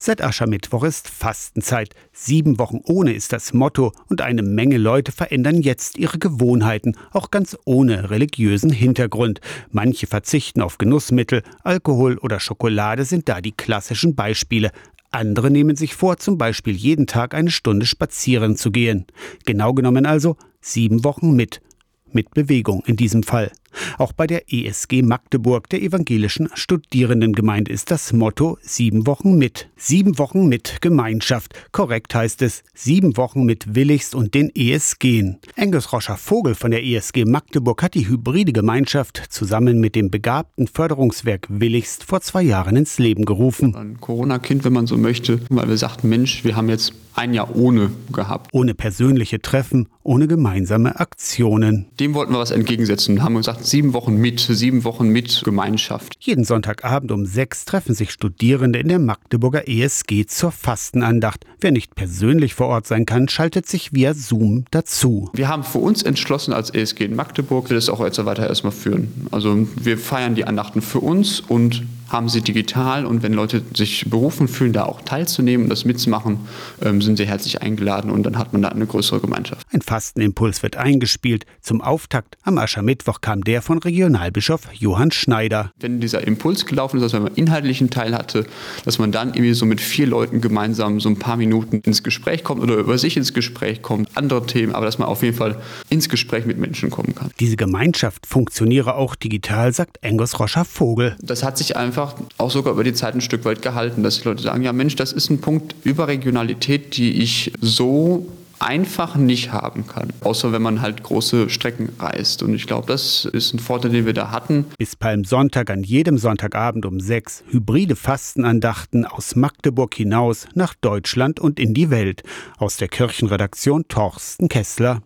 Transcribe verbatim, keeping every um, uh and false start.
Seit Aschermittwoch ist Fastenzeit. Sieben Wochen ohne ist das Motto und eine Menge Leute verändern jetzt ihre Gewohnheiten, auch ganz ohne religiösen Hintergrund. Manche verzichten auf Genussmittel, Alkohol oder Schokolade sind da die klassischen Beispiele. Andere nehmen sich vor, zum Beispiel jeden Tag eine Stunde spazieren zu gehen. Genau genommen also sieben Wochen mit. Mit Bewegung in diesem Fall. Auch bei der E S G Magdeburg, der evangelischen Studierendengemeinde, ist das Motto sieben Wochen mit. Sieben Wochen mit Gemeinschaft. Korrekt heißt es sieben Wochen mit Willigst und den E S G. Angus Roscher-Vogel von der E S G Magdeburg hat die hybride Gemeinschaft zusammen mit dem begabten Förderungswerk Willigst vor zwei Jahren ins Leben gerufen. Ein Corona-Kind, wenn man so möchte, weil wir sagten, Mensch, wir haben jetzt ein Jahr ohne gehabt. Ohne persönliche Treffen, ohne gemeinsame Aktionen. Dem wollten wir was entgegensetzen und haben gesagt, sieben Wochen mit, sieben Wochen mit Gemeinschaft. Jeden Sonntagabend um sechs treffen sich Studierende in der Magdeburger E S G zur Fastenandacht. Wer nicht persönlich vor Ort sein kann, schaltet sich via Zoom dazu. Wir haben für uns entschlossen als E S G in Magdeburg, wir das auch jetzt weiter erstmal führen. Also wir feiern die Andachten für uns und haben sie digital, und wenn Leute sich berufen fühlen, da auch teilzunehmen und das mitzumachen, ähm, sind sie herzlich eingeladen und dann hat man da eine größere Gemeinschaft. Ein Fastenimpuls wird eingespielt. Zum Auftakt am Aschermittwoch kam der von Regionalbischof Johann Schneider. Wenn dieser Impuls gelaufen ist, dass man einen inhaltlichen Teil hatte, dass man dann irgendwie so mit vier Leuten gemeinsam so ein paar Minuten ins Gespräch kommt oder über sich ins Gespräch kommt, andere Themen, aber dass man auf jeden Fall ins Gespräch mit Menschen kommen kann. Diese Gemeinschaft funktioniere auch digital, sagt Angus Roscher-Vogel. Das hat sich einfach auch sogar über die Zeit ein Stück weit gehalten, dass die Leute sagen, ja Mensch, das ist ein Punkt über Regionalität, die ich so einfach nicht haben kann, außer wenn man halt große Strecken reist. Und ich glaube, das ist ein Vorteil, den wir da hatten. Bis Palmsonntag an jedem Sonntagabend um sechs hybride Fastenandachten aus Magdeburg hinaus nach Deutschland und in die Welt. Aus der Kirchenredaktion Thorsten Kessler.